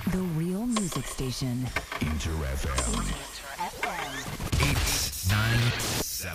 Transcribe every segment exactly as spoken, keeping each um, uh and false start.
The real music station. Inter エフエム エイトナインセ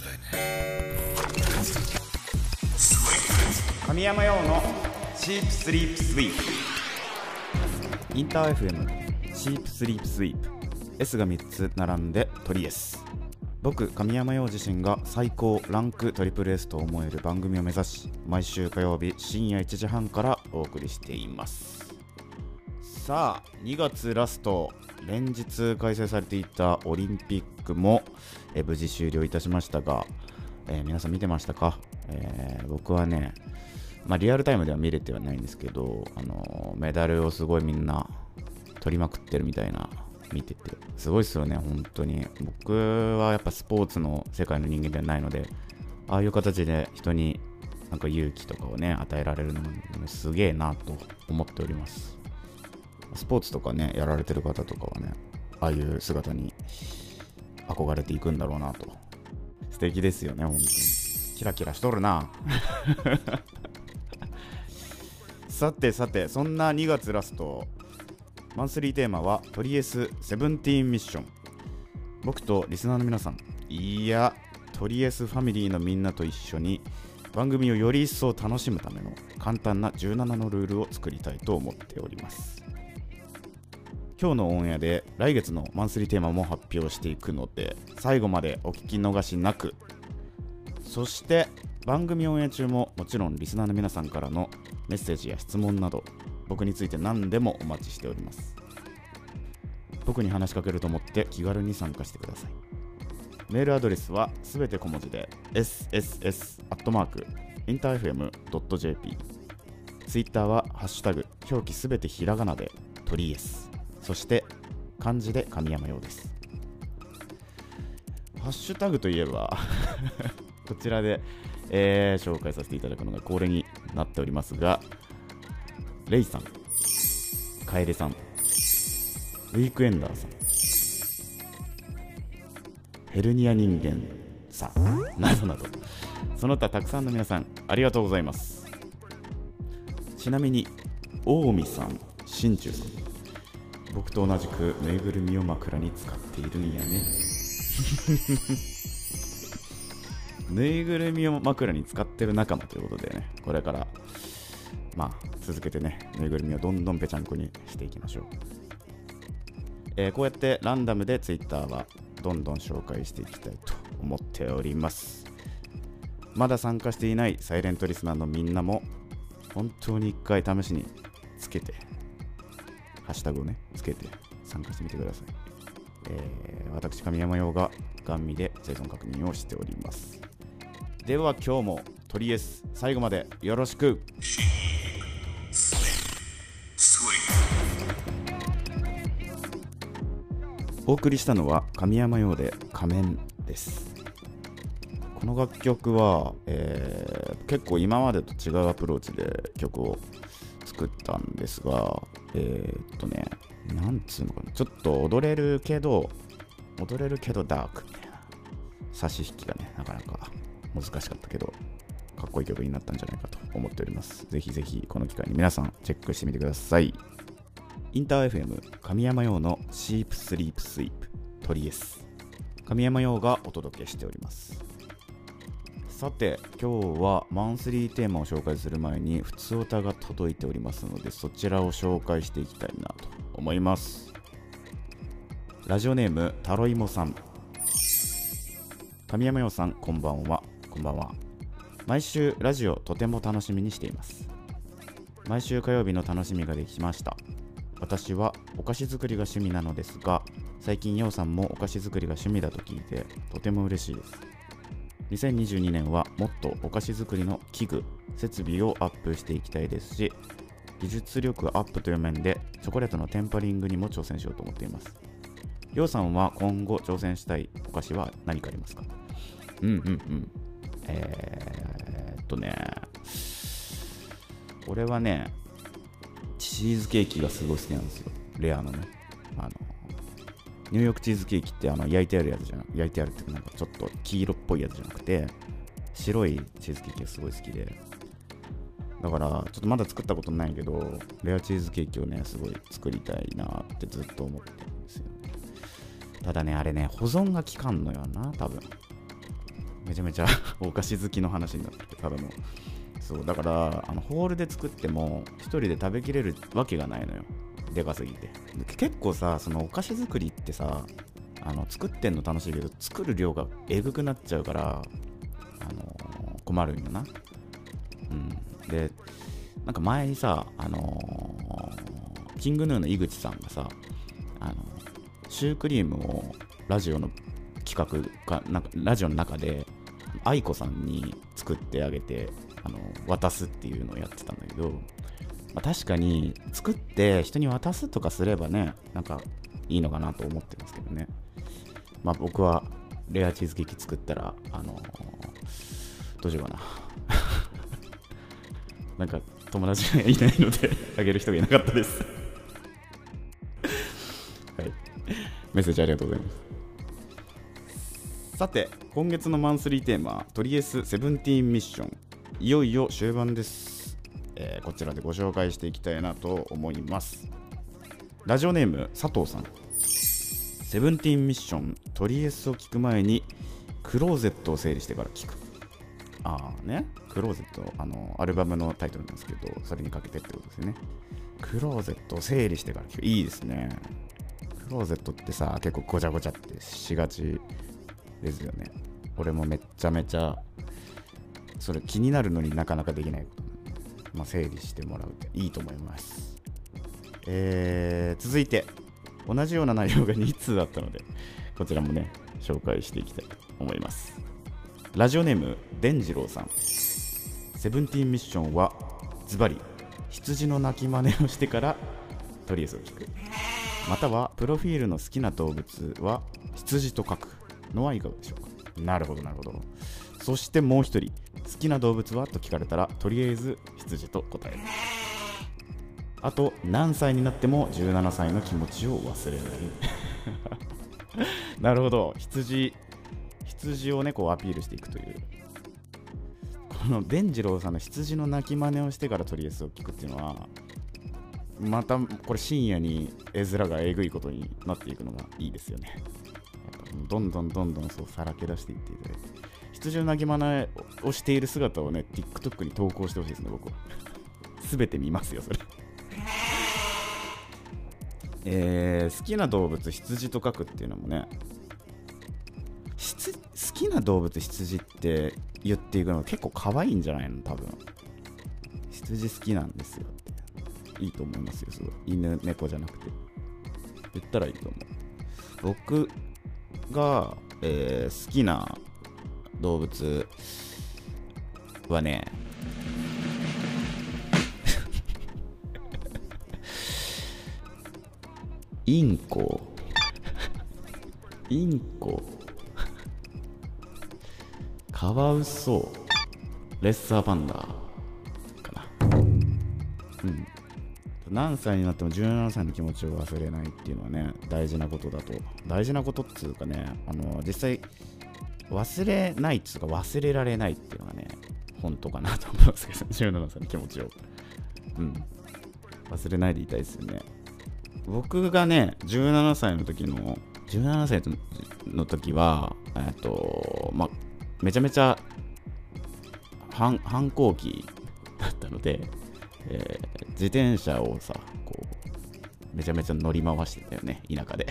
ブン神山陽のシープスリープスイープ。インター エフエム シープスリープスイープ S がみっつ並んでトリ S。 僕神山陽自身が最高ランクトリプル S と思える番組を目指し、毎週火曜日深夜いちじはんからお送りしています。さあにがつラスト、連日開催されていたオリンピックもえ無事終了いたしましたが、えー、皆さん見てましたか？えー、僕はね、まあ、リアルタイムでは見れてはないんですけど、あのー、メダルをすごいみんな取りまくってるみたいな見てて、すごいっすよね本当に。僕はやっぱスポーツの世界の人間ではないので、ああいう形で人になんか勇気とかをね与えられるのもすげえなと思っております。スポーツとかねやられてる方とかはね、ああいう姿に憧れていくんだろうなと。素敵ですよね本当に。キラキラしとるなさてさて、そんなにがつラスト、マンスリーテーマはトリエスセブンティーンミッション。僕とリスナーの皆さん、いやトリエスファミリーのみんなと一緒に番組をより一層楽しむための簡単なじゅうななのルールを作りたいと思っております。今日のオンエアで来月のマンスリーテーマも発表していくので、最後までお聞き逃しなく。そして番組オンエア中ももちろんリスナーの皆さんからのメッセージや質問など、僕について何でもお待ちしております。僕に話しかけると思って気軽に参加してください。メールアドレスはすべて小文字で エスエスエス アットマーク インターエフエム ドット ジェーピー。 ツイッターはハッシュタグ表記すべてひらがなでトリエス、そして漢字で神山陽です。ハッシュタグといえばこちらで、えー、紹介させていただくのが恒例になっておりますが、レイさん、カエレさん、ウィークエンダーさん、ヘルニア人間さんなどなど、その他たくさんの皆さんありがとうございます。ちなみに大海さん、新中さん、僕と同じくぬいぐるみを枕に使っているんやねぬいぐるみを枕に使ってる仲間ということでね、これからまあ続けてね、ぬいぐるみをどんどんぺちゃんこにしていきましょう。えー、こうやってランダムでツイッターはどんどん紹介していきたいと思っております。まだ参加していないサイレントリスナーのみんなも本当に一回試しにつけて、ハッシュタグをねつけて参加してみてください。えー、私神山陽がガン見で生存確認をしております。では今日もトリエス最後までよろしく。お送りしたのは神山陽で仮面です。この楽曲は、えー、結構今までと違うアプローチで曲を作ったんですが、えー、っとねなんつうのかな、ちょっと踊れるけど踊れるけどダークみたいな差し引きがねなかなか難しかったけど、かっこいい曲になったんじゃないかと思っております。ぜひぜひこの機会に皆さんチェックしてみてください。インター エフエム 神山陽のシープスリープスイープトリエス、神山陽がお届けしております。さて今日はマンスリーテーマを紹介する前に普通歌が届いておりますので、そちらを紹介していきたいなと思います。ラジオネームタロイモさん、神山陽さんこんばんは。こんばんは。毎週ラジオとても楽しみにしています。毎週火曜日の楽しみができました。私はお菓子作りが趣味なのですが、最近陽さんもお菓子作りが趣味だと聞いてとても嬉しいです。にせんにじゅうにねんはもっとお菓子作りの器具設備をアップしていきたいですし、技術力アップという面でチョコレートのテンパリングにも挑戦しようと思っています。陽さんは今後挑戦したいお菓子は何かありますか？うんうんうんえー、っとね俺はねチーズケーキがすごい好きなんですよ。レアのね、あのニューヨークチーズケーキってあの焼いてあるやつじゃなく焼いてあるっていうかなんかちょっと黄色っぽいやつじゃなくて白いチーズケーキがすごい好きで、 だからちょっとまだ作ったことないけど、レアチーズケーキをねすごい作りたいなってずっと思ってるんですよね。ただねあれね保存が効かんのよな多分。めちゃめちゃお菓子好きの話になってて、ただのそうだからあのホールで作っても一人で食べきれるわけがないのよ、でかすぎて。結構さそのお菓子作りってさ、あの作ってんの楽しいけど作る量がえぐくなっちゃうから、あのー、困るんよな。うんでなんか前にさ、あのー、キングヌーの井口さんがさ、あのシュークリームをラジオの企画かなんかラジオの中で愛子さんに作ってあげてあの渡すっていうのをやってたんだけど、まあ、確かに作って人に渡すとかすればねなんかいいのかなと思ってるんですけどね。まあ僕はレアチーズケーキ作ったらあのー、どうしようかななんか友達がいないのであげる人がいなかったですはい、メッセージありがとうございます。さて今月のマンスリーテーマトリエスセブンティーンミッション、いよいよ終盤です、えー、こちらでご紹介していきたいなと思います。ラジオネーム佐藤さん。セブンティーンミッショントリエスを聞く前にクローゼットを整理してから聞く。ああね、クローゼット、あのアルバムのタイトルなんですけど、それにかけてってことですよね。クローゼットを整理してから聞く、いいですね。クローゼットってさ結構ごちゃごちゃってしがちですよね。俺もめっちゃめちゃそれ気になるのになかなかできないことなんで、まあ、整理してもらうっていいと思います。えー、続いて同じような内容がに通あったのでこちらもね紹介していきたいと思います。ラジオネーム伝次郎さん。セブンティーンミッションはズバリ羊の鳴き真似をしてからトリエスを聞く、またはプロフィールの好きな動物は羊と書くのはいかがでしょうか。なるほどなるほど。そしてもう一人、好きな動物はと聞かれたらとりあえず羊と答える。あと何歳になってもじゅうななさいの気持ちを忘れないなるほど。羊羊をねこうアピールしていくという、この伝次郎さんの羊の鳴き真似をしてからトリエスを聞くっていうのはまたこれ深夜に絵面がえぐいことになっていくのがいいですよね。どんどんどんどんそうさらけ出していっていただいて、羊の鳴き真似をしている姿をね TikTok に投稿してほしいですね。僕はすべて見ますよそれえー、好きな動物羊と書くっていうのもね、好きな動物羊って言っていくの結構可愛いんじゃないの。多分羊好きなんですよっていいと思いますよ。すごい犬猫じゃなくて言ったらいいと思う。僕が、えー、好きな動物はねインコインコカワウソレッサーパンダかな。うん何歳になってもじゅうななさいの気持ちを忘れないっていうのはね大事なことだと。大事なことっつうかね、あの実際忘れないっつうか忘れられないっていうのがね本当かなと思いますけど、じゅうななさいの気持ちをうん忘れないでいたいですよね。僕がねじゅうななさいの時のじゅうななさいの時はえっとまあめちゃめちゃ反反抗期だったので、えー、自転車をさこうめちゃめちゃ乗り回してたよね田舎で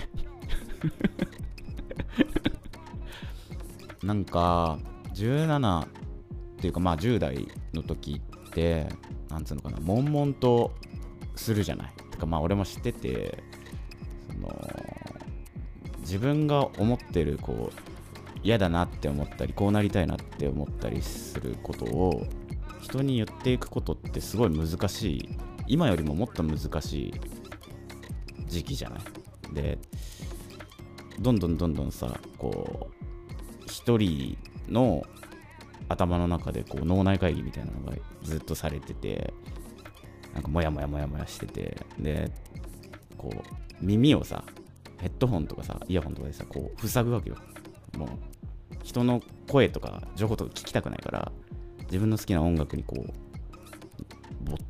なんかじゅうななっていうかまあじゅう代の時ってなんつうのかな、悶々とするじゃない。てかまあ俺も知ってて、その自分が思ってるこう嫌だなって思ったりこうなりたいなって思ったりすることを人に言っていくことってすごい難しい、今よりももっと難しい時期じゃない。でどんどんどんどんさこう一人の頭の中でこう脳内会議みたいなのがずっとされてて、なんかモヤモヤモヤモヤしてて、でこう耳をさヘッドホンとかさイヤホンとかでさこう塞ぐわけよ。もう人の声とか情報とか聞きたくないから自分の好きな音楽にこう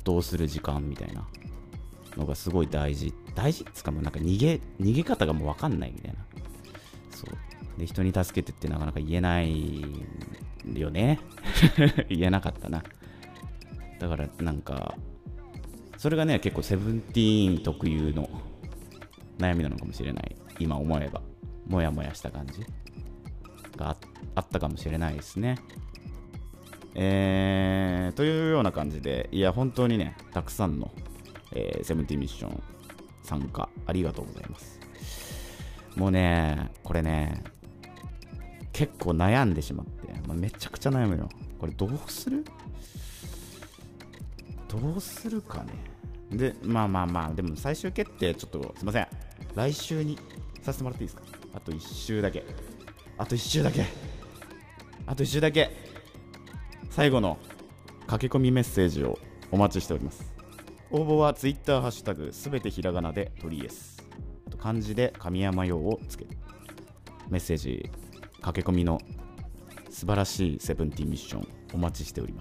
答する時間みたいなのがすごい大事大事っつかもうなんか逃げ逃げ方がもう分かんないみたいな。そうで人に助けてってなかなか言えないよね言えなかったな。だからなんかそれがね結構セブンティーン特有の悩みなのかもしれない。今思えばもやもやした感じが あ, あったかもしれないですね。えー、というような感じで、いや本当にねたくさんの、えー、セブンティーンミッション参加ありがとうございます。もうねこれね結構悩んでしまって、まあ、めちゃくちゃ悩むよ。これどうするどうするかね。でまあまあまあでも最終決定ちょっとすいません来週にさせてもらっていいですか。あといっ週だけあといっ週だけあといっ週だけ最後の駆け込みメッセージをお待ちしております。応募はツイッターハッシュタグすべてひらがなでトリエス、漢字で神山用をつけてメッセージ駆け込みの素晴らしいセブンティーンミッションお待ちしております。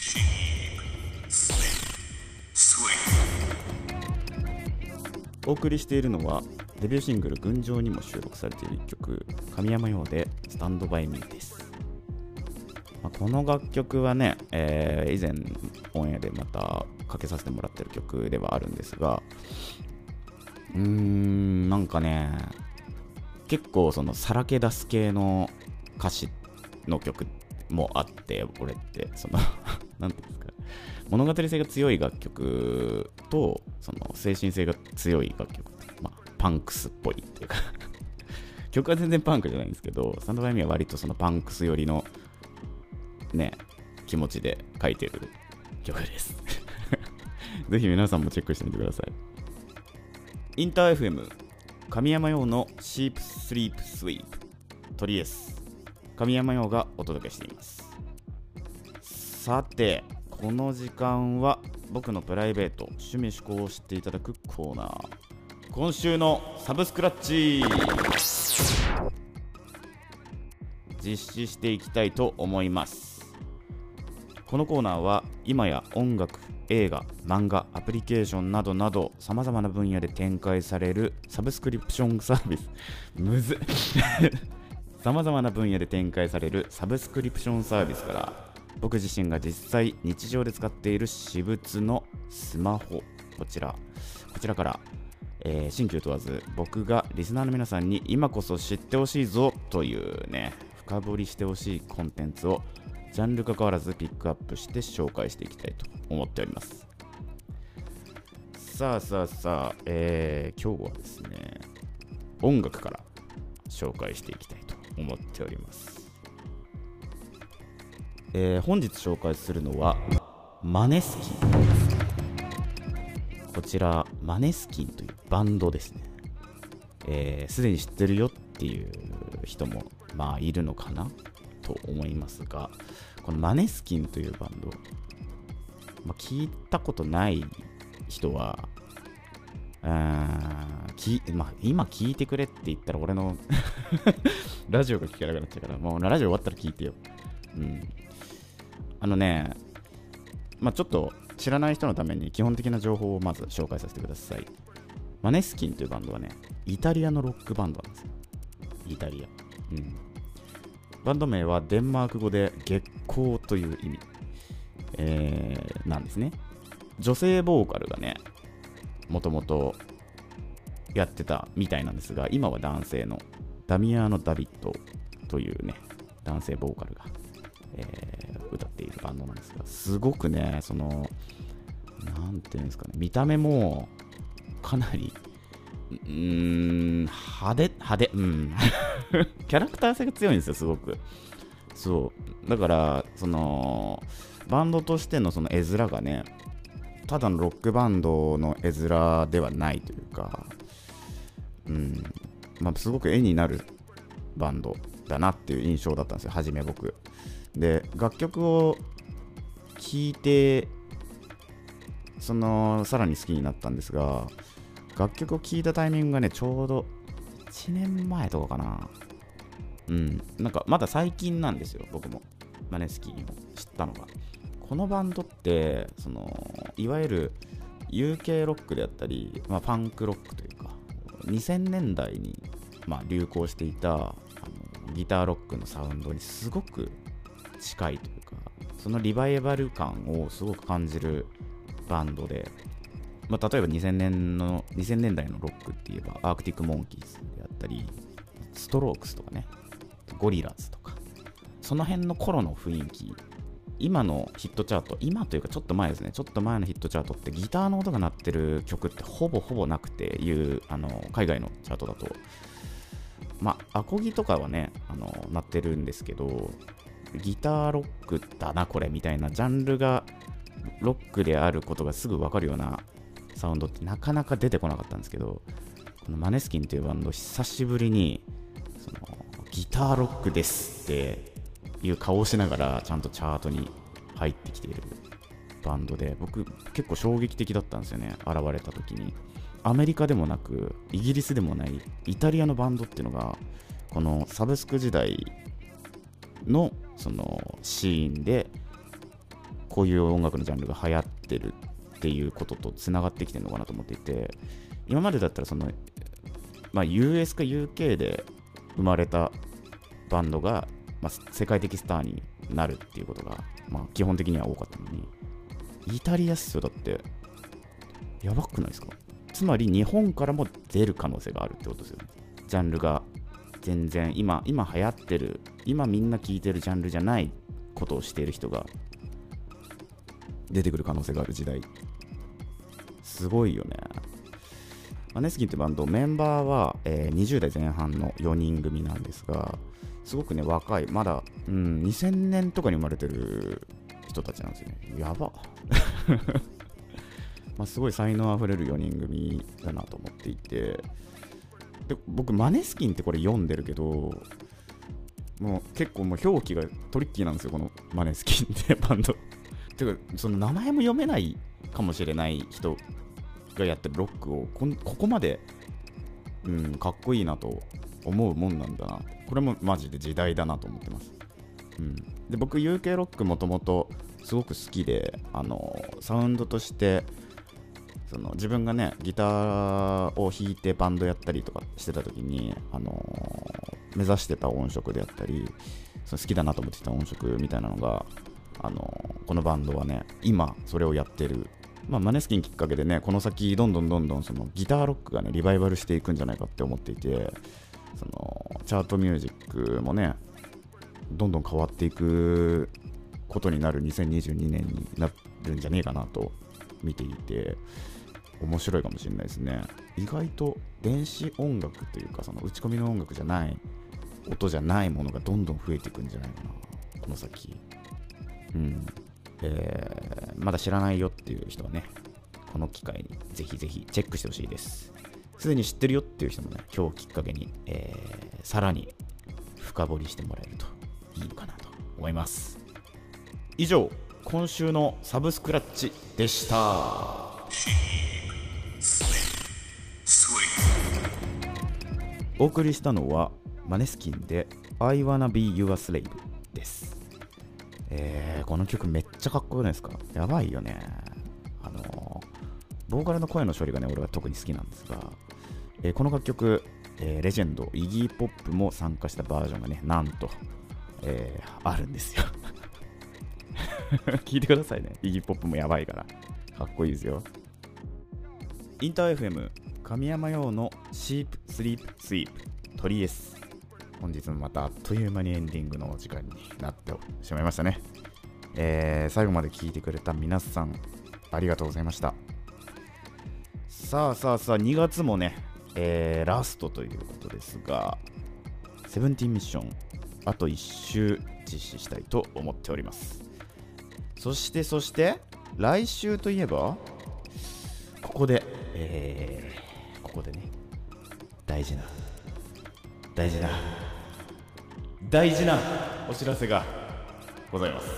お送りしているのはデビューシングル群青にも収録されているいっきょく神山用でスタンドバイミーです。まあ、この楽曲はね、えー、以前オンエアでまたかけさせてもらってる曲ではあるんですが、うーんなんかね結構そのさらけ出す系の歌詞の曲もあって、俺ってそのなんていうんですか物語性が強い楽曲とその精神性が強い楽曲、まあ、パンクスっぽいっていうか曲は全然パンクじゃないんですけど、スタンドバイミーは割とそのパンクス寄りのね気持ちで書いてる曲ですぜひ皆さんもチェックしてみてください。インター エフエム 神山用のシープスリープスイープトリエス神山用がお届けしています。さてこの時間は僕のプライベート趣味嗜好を知っていただくコーナー、今週のサブスクラッチ実施していきたいと思います。このコーナーは今や音楽、映画、漫画、アプリケーションなどなど様々な分野で展開されるサブスクリプションサービスむず様々な分野で展開されるサブスクリプションサービスから僕自身が実際日常で使っている私物のスマホ、こちらこちらから、えー、新旧問わず僕がリスナーの皆さんに今こそ知ってほしいぞというね深掘りしてほしいコンテンツをジャンル関わらずピックアップして紹介していきたいと思っております。さあさあさあ、えー、今日はですね音楽から紹介していきたいと思っております。えー、本日紹介するのはマネスキン。こちらマネスキンというバンドですね。えー、すでに知ってるよっていう人もまあいるのかなと思いますが、このマネスキンというバンド、まあ、聞いたことない人はあき、まあ、今聞いてくれって言ったら俺のラジオが聞けなくなっちゃうから、もうラジオ終わったら聞いてよ。うんあのね、まあ、ちょっと知らない人のために基本的な情報をまず紹介させてください。マネスキンというバンドはね、イタリアのロックバンドなんですよ。イタリア。うん。バンド名はデンマーク語で月光という意味、えー、なんですね。女性ボーカルがね、もともとやってたみたいなんですが、今は男性のダミアーノ・ダビッドというね、男性ボーカルが、えー、歌っているバンドなんですが、すごくね、その、なんていうんですかね、見た目もかなり、うーん、派手、派手、うん。キャラクター性が強いんですよ、すごく。そう。だから、その、バンドとしてのその絵面がね、ただのロックバンドの絵面ではないというか、うん、まあ、すごく絵になるバンドだなっていう印象だったんですよ、初め僕。で、楽曲を聴いて、その、さらに好きになったんですが、楽曲を聴いたタイミングがね、ちょうどいちねんまえとかかな。うん、なんかまだ最近なんですよ、僕も。マネスキンを知ったのが。 このバンドってそのいわゆる ユーケー ロックであったり、まあ、ファンクロックというかにせんねんだいに、まあ、流行していたあのギターロックのサウンドにすごく近いというか、そのリバイバル感をすごく感じるバンドで、まあ、例えばにせんねんのにせんねんだいのロックって言えばアークティックモンキーズであったりストロークスとかね、ゴリラズとか、その辺の頃の雰囲気、今のヒットチャート、今というかちょっと前ですね、ちょっと前のヒットチャートってギターの音が鳴ってる曲ってほぼほぼなくていうあの海外のチャートだと、まあアコギとかはねあの鳴ってるんですけど、ギターロックだなこれみたいなジャンルがロックであることがすぐ分かるようなサウンドってなかなか出てこなかったんですけど、このマネスキンというバンド久しぶりにそのギターロックですっていう顔をしながらちゃんとチャートに入ってきているバンドで、僕結構衝撃的だったんですよね、現れた時に。アメリカでもなくイギリスでもないイタリアのバンドっていうのがこのサブスク時代のそのシーンでこういう音楽のジャンルが流行ってるっていうこととつながってきてるのかなと思っていて、今までだったらその、まあ、ユーエス か ユーケー で生まれたバンドがまあ、世界的スターになるっていうことが、まあ、基本的には多かったのに、イタリアっすよ。だってやばくないですか？つまり日本からも出る可能性があるってことですよね。ジャンルが全然今今流行ってる、今みんな聴いてるジャンルじゃないことをしている人が出てくる可能性がある時代、すごいよね。マネスキンってバンドメンバーは、えー、にじゅうだいぜん半のよにん組なんですが、すごくね若い、まだ、うん、にせんねんとかに生まれてる人たちなんですよね。やばまあすごい才能あふれるよにん組だなと思っていて、で僕マネスキンってこれ読んでるけど、もう結構もう表記がトリッキーなんですよ、このマネスキンってバンドてかその名前も読めないかもしれない人がやってるロックを こ, ここまで、うん、かっこいいなと思うもんなんだな。これもマジで時代だなと思ってます、うん、で僕 ユーケー ロックもともとすごく好きで、あのサウンドとしてその自分がねギターを弾いてバンドやったりとかしてた時に、あの目指してた音色であったり、その好きだなと思ってた音色みたいなのが、あのこのバンドはね今それをやってる。まあ、マネスキンきっかけでね、この先どんどんどんどんそのギターロックがねリバイバルしていくんじゃないかって思っていて、そのチャートミュージックもねどんどん変わっていくことになるにせんにじゅうにねんになるんじゃねえかなと見ていて、面白いかもしれないですね。意外と電子音楽というか、その打ち込みの音楽じゃない音じゃないものがどんどん増えていくんじゃないかな、この先。うんえー、まだ知らないよっていう人はね、この機会にぜひぜひチェックしてほしいです。すでに知ってるよっていう人もね、今日きっかけに、えー、さらに深掘りしてもらえるといいのかなと思います。以上、今週のサブスクラッチでした。お送りしたのはマネスキンで I wanna be your slave です。えー、この曲めっちゃかっこよくないですか？やばいよね。あのー、ボーカルの声の処理がね俺は特に好きなんですが、えー、この楽曲、えー、レジェンドイギーポップも参加したバージョンがねなんと、えー、あるんですよ聞いてくださいね。イギーポップもやばいからかっこいいですよ。インター エフエム 神山用のシープスリープスイープトリエス、本日もまたあっという間にエンディングの時間になってしまいましたね。えー、最後まで聞いてくれた皆さんありがとうございました。さあさあさあにがつもね、えー、ラストということですが、セブンティーンミッションあといっ週実施したいと思っております。そしてそして来週といえばここで、えー、ここでね大事な大事な大事なお知らせがございます。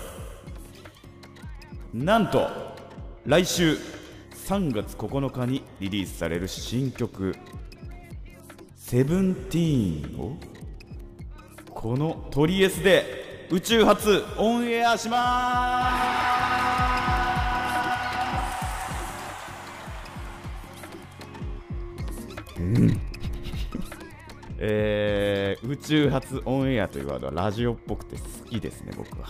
なんと来週さんがつここのかにリリースされる新曲セブンティーンをこのトリエスで宇宙初オンエアしまーす。 うんえー、宇宙初オンエアというワードはラジオっぽくて好きですね、僕は。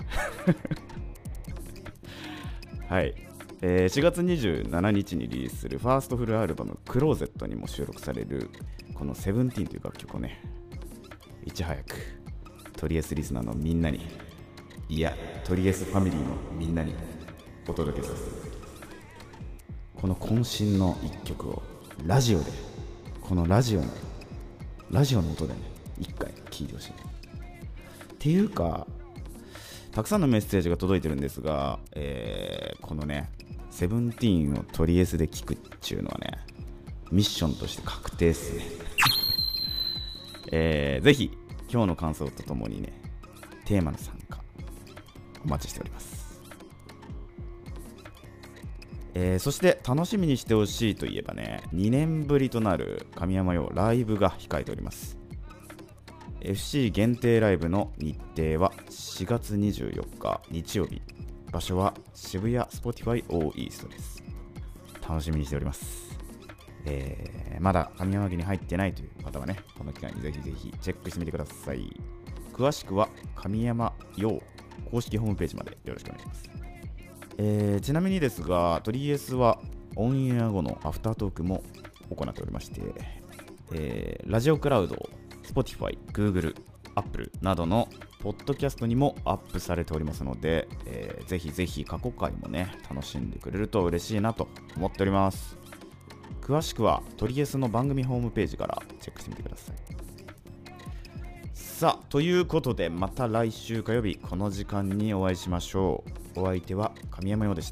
はい、えー、しがつにじゅうしちにちにリリースするファーストフルアルバムクローゼットにも収録されるこのセブンティーンという楽曲をね、いち早くトリエスリスナーのみんなに、いやトリエスファミリーのみんなにお届けさせていただきます。この渾身の一曲をラジオで、このラジオのラジオの音でね、一回聴いてほしい。っていうか、たくさんのメッセージが届いてるんですが、えー、このねセブンティーンをトリエスで聴くっていうのはね、ミッションとして確定っすね。えー、ぜひ今日の感想とともにね、テーマの参加お待ちしております。えー、そして楽しみにしてほしいといえばね、にねんぶりとなる神山用ライブが控えております。 エフシー 限定ライブの日程はしがつにじゅうよっか日曜日、場所は渋谷スポティファイオーイーストです。楽しみにしております。えー、まだ神山家に入ってないという方はね、この機会にぜひぜひチェックしてみてください。詳しくは神山用公式ホームページまでよろしくお願いします。えー、ちなみにですが、トリエスはオンエア後のアフタートークも行っておりまして、えー、ラジオクラウド、Spotify、Google、Apple などのポッドキャストにもアップされておりますので、えー、ぜひぜひ過去回もね楽しんでくれると嬉しいなと思っております。詳しくはトリエスの番組ホームページからチェックしてみてください。さあ、ということでまた来週火曜日この時間にお会いしましょう。お相手は神山陽でした。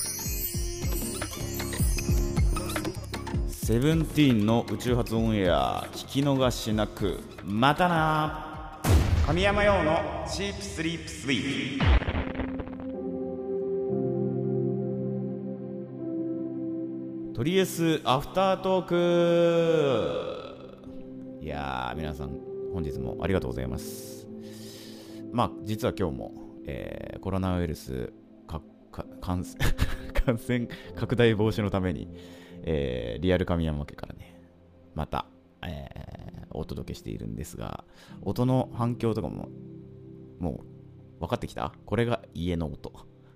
セブンティーンの宇宙初オンエア聞き逃しなく。またな。神山陽のチープスリープスイープ。トリエスアフタートーク。いやー、皆さん本日もありがとうございます。まあ実は今日もえー、コロナウイルスかか感染感染拡大防止のために、えー、リアル神山家からねまた、えー、お届けしているんですが、音の反響とかももう分かってきた。これが家の音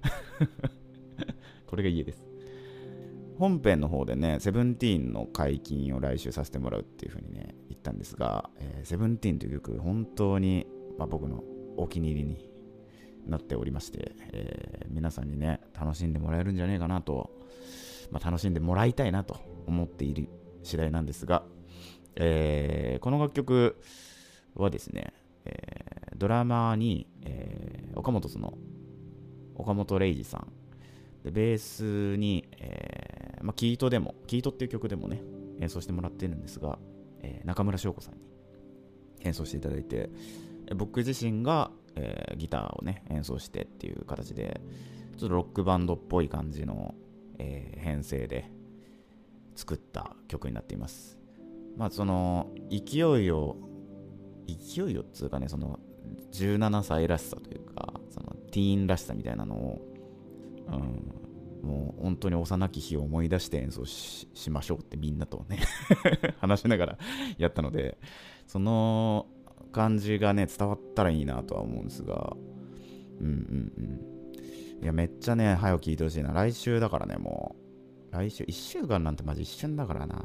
これが家です。本編の方でね、セブンティーンの解禁を来週させてもらうっていう風にね言ったんですが、えー、セブンティーンという曲本当に、まあ、僕のお気に入りになっておりまして、えー、皆さんにね楽しんでもらえるんじゃねえかなと、まあ、楽しんでもらいたいなと思っている次第なんですが、えー、この楽曲はですね、えー、ドラマーに、えー、岡本の岡本零士さんで、ベースに、えーまあ、キートでもキートっていう曲でもね演奏してもらってるんですが、えー、中村翔子さんに演奏していただいて、僕自身がえー、ギターをね演奏してっていう形で、ちょっとロックバンドっぽい感じの、えー、編成で作った曲になっています。まあその勢いを勢いをっつうかね、そのじゅうななさいらしさというか、そのティーンらしさみたいなのを、うん、もう本当に幼き日を思い出して演奏 し, しましょうってみんなとね話しながらやったので、その感じがね伝わったらいいなとは思うんですが、うんうんうん、いやめっちゃね早く聞いてほしいな。来週だからね、もう来週いっしゅうかんなんてマジ一瞬だから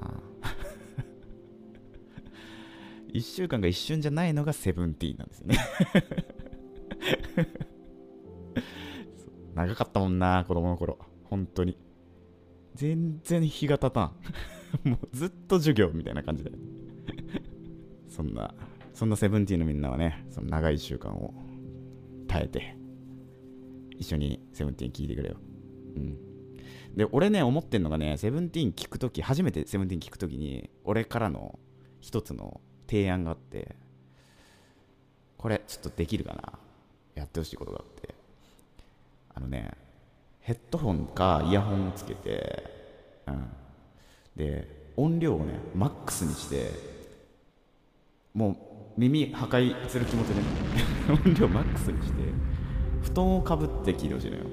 ないっしゅうかんが一瞬じゃないのがセブンティーンなんですよね長かったもんな、子供の頃。本当に全然日が経たんもうずっと授業みたいな感じでそんなそんなセブンティーンのみんなはね、その長いいっしゅうかんを耐えて一緒にセブンティーン聴いてくれよ。うん。で、俺ね思ってんのがね、セブンティーン聴くとき、初めてセブンティーン聴くときに俺からの一つの提案があって、これちょっとできるかな、やってほしいことがあって、あのねヘッドホンかイヤホンをつけて、うん、で音量をねマックスにして、もう耳破壊する気持ちでね音量マックスにして布団をかぶって聴いてほしいのよ。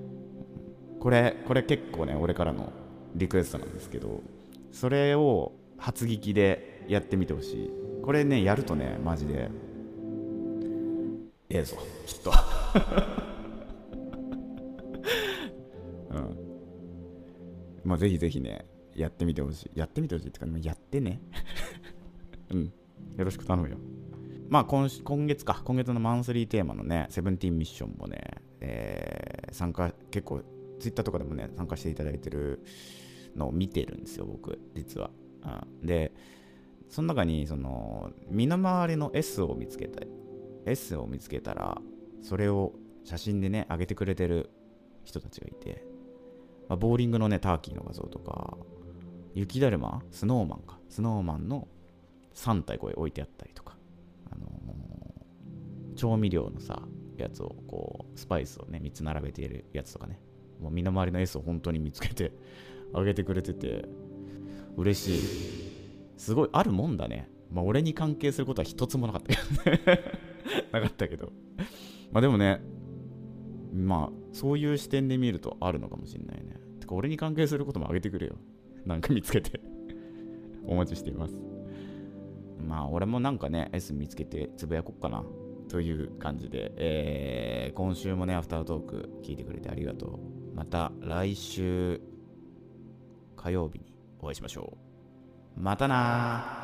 これこれ結構ね俺からのリクエストなんですけど、それを初聞きでやってみてほしい。これねやるとねマジでええぞきっとうんまあぜひぜひねやってみてほしいやってみてほしいってか、ね、やってねうんよろしく頼むよ。まあ 今, 今月か今月のマンスリーテーマのねセブンティーンミッションもね、えー、参加結構ツイッターとかでもね参加していただいてるのを見てるんですよ僕実は、うん、でその中にその身の回りの S を見つけた S を見つけたらそれを写真でね上げてくれてる人たちがいて、まあ、ボーリングのねターキーの画像とか雪だるまスノーマンかスノーマンのさんたいこう置いてあったりとか、あのー、調味料のさやつをこうスパイスをねみっつ並べているやつとかねもう身の回りの S を本当に見つけて上げてくれてて嬉しい。すごいあるもんだね。まあ俺に関係することは一つもなかったけどねなかったけどまあでもねまあそういう視点で見るとあるのかもしれないね。てか俺に関係することも上げてくれよなんか見つけてお待ちしています。まあ俺もなんかね S 見つけてつぶやこっかなという感じで、えー、今週もねアフタートーク聞いてくれてありがとう。また来週火曜日にお会いしましょう。またなー。